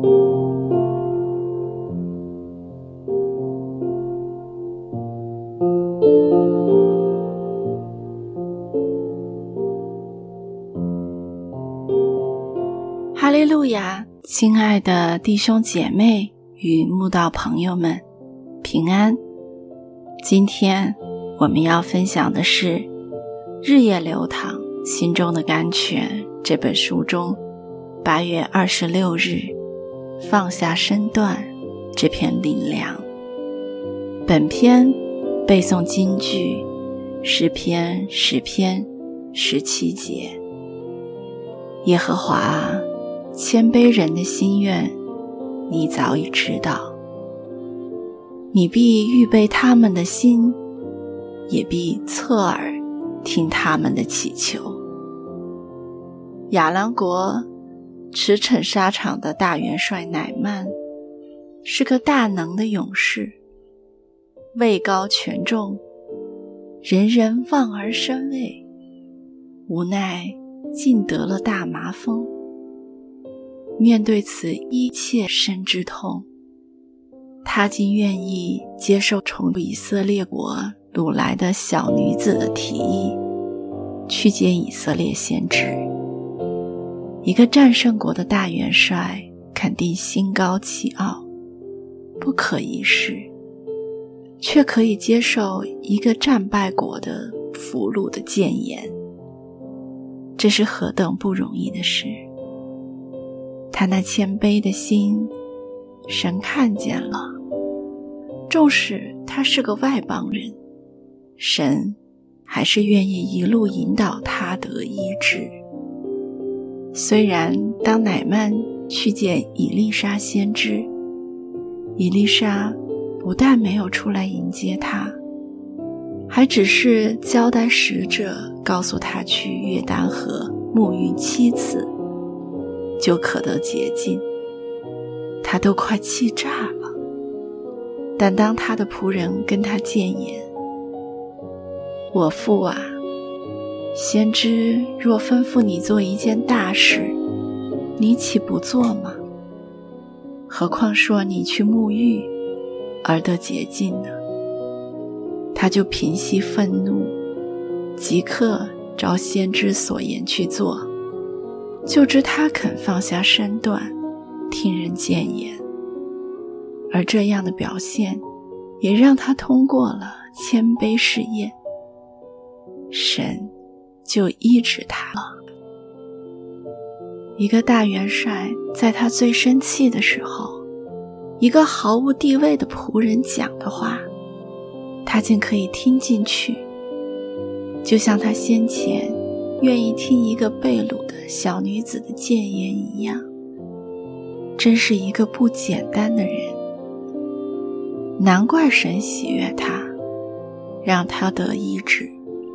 哈利路亚，亲爱的弟兄姐妹与慕道朋友们，平安。今天我们要分享的是《日夜流淌心中的甘泉》这本书中8月26日放下身段这篇灵粮。本篇背诵金句诗篇10篇17节。耶和华啊，谦卑人的心愿你早已知道，你必预备他们的心，也必侧耳听他们的祈求。亚兰国驰骋沙场的大元帅乃縵是个大能的勇士，位高权重，人人望而生畏，无奈竟得了大麻风。面对此一切身之痛，他竟愿意接受从以色列国掳来的小女子的提议，去见以色列先知。一个战胜国的大元帅肯定心高气傲，不可一世，却可以接受一个战败国的俘虏的谏言，这是何等不容易的事。他那谦卑的心，神看见了，纵使他是个外邦人，神还是愿意一路引导他得医治。虽然当乃縵去见以利沙先知，以利沙不但没有出来迎接他，还只是交代使者告诉他去约旦河沐浴7次就可得洁净，他都快气炸了。但当他的仆人跟他谏言，我父啊，先知若吩咐你做一件大事，你岂不做吗？何况说你去沐浴而得洁净呢？他就平息愤怒，即刻照先知所言去做，就知他肯放下身段听人谏言。而这样的表现也让他通过了谦卑试验，神就医治他了。一个大元帅在他最生气的时候，一个毫无地位的仆人讲的话，他竟可以听进去，就像他先前愿意听一个被掳的小女子的谏言一样。真是一个不简单的人，难怪神喜悦他，让他得医治。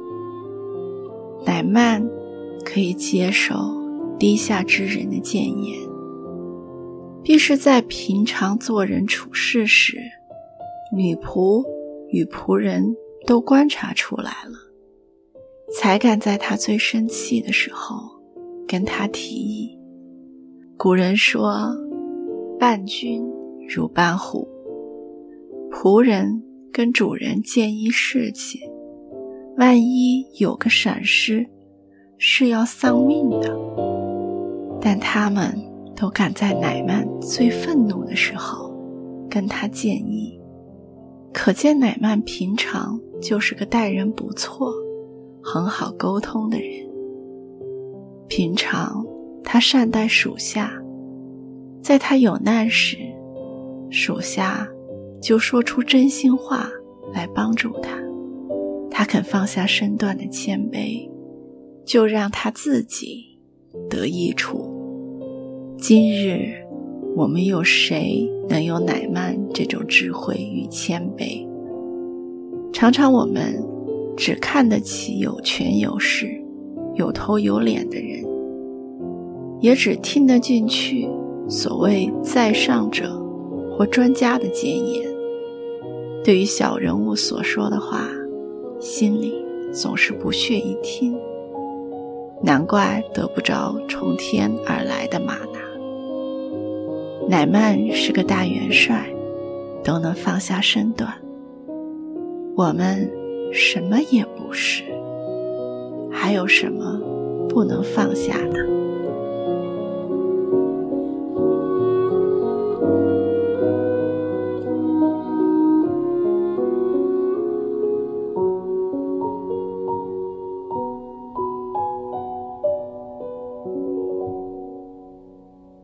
乃縵可以接受低下之人的谏言，必是在平常做人处事时，女仆与仆人都观察出来了，才敢在他最生气的时候跟他提议。古人说，伴君如伴虎，仆人跟主人建议事情，万一有个闪失，是要丧命的。但他们都赶在乃縵最愤怒的时候跟他建议，可见乃縵平常就是个待人不错、很好沟通的人。平常他善待属下，在他有难时，属下就说出真心话来帮助他。他肯放下身段的谦卑，就让他自己得益处。今日我们有谁能有乃縵这种智慧与谦卑？常常我们只看得起有权有势、有头有脸的人，也只听得进去所谓在上者或专家的谏言。对于小人物所说的话，心里总是不屑一听，难怪得不着从天而来的玛纳。 乃曼是个大元帅，都能放下身段，我们什么也不是，还有什么不能放下的？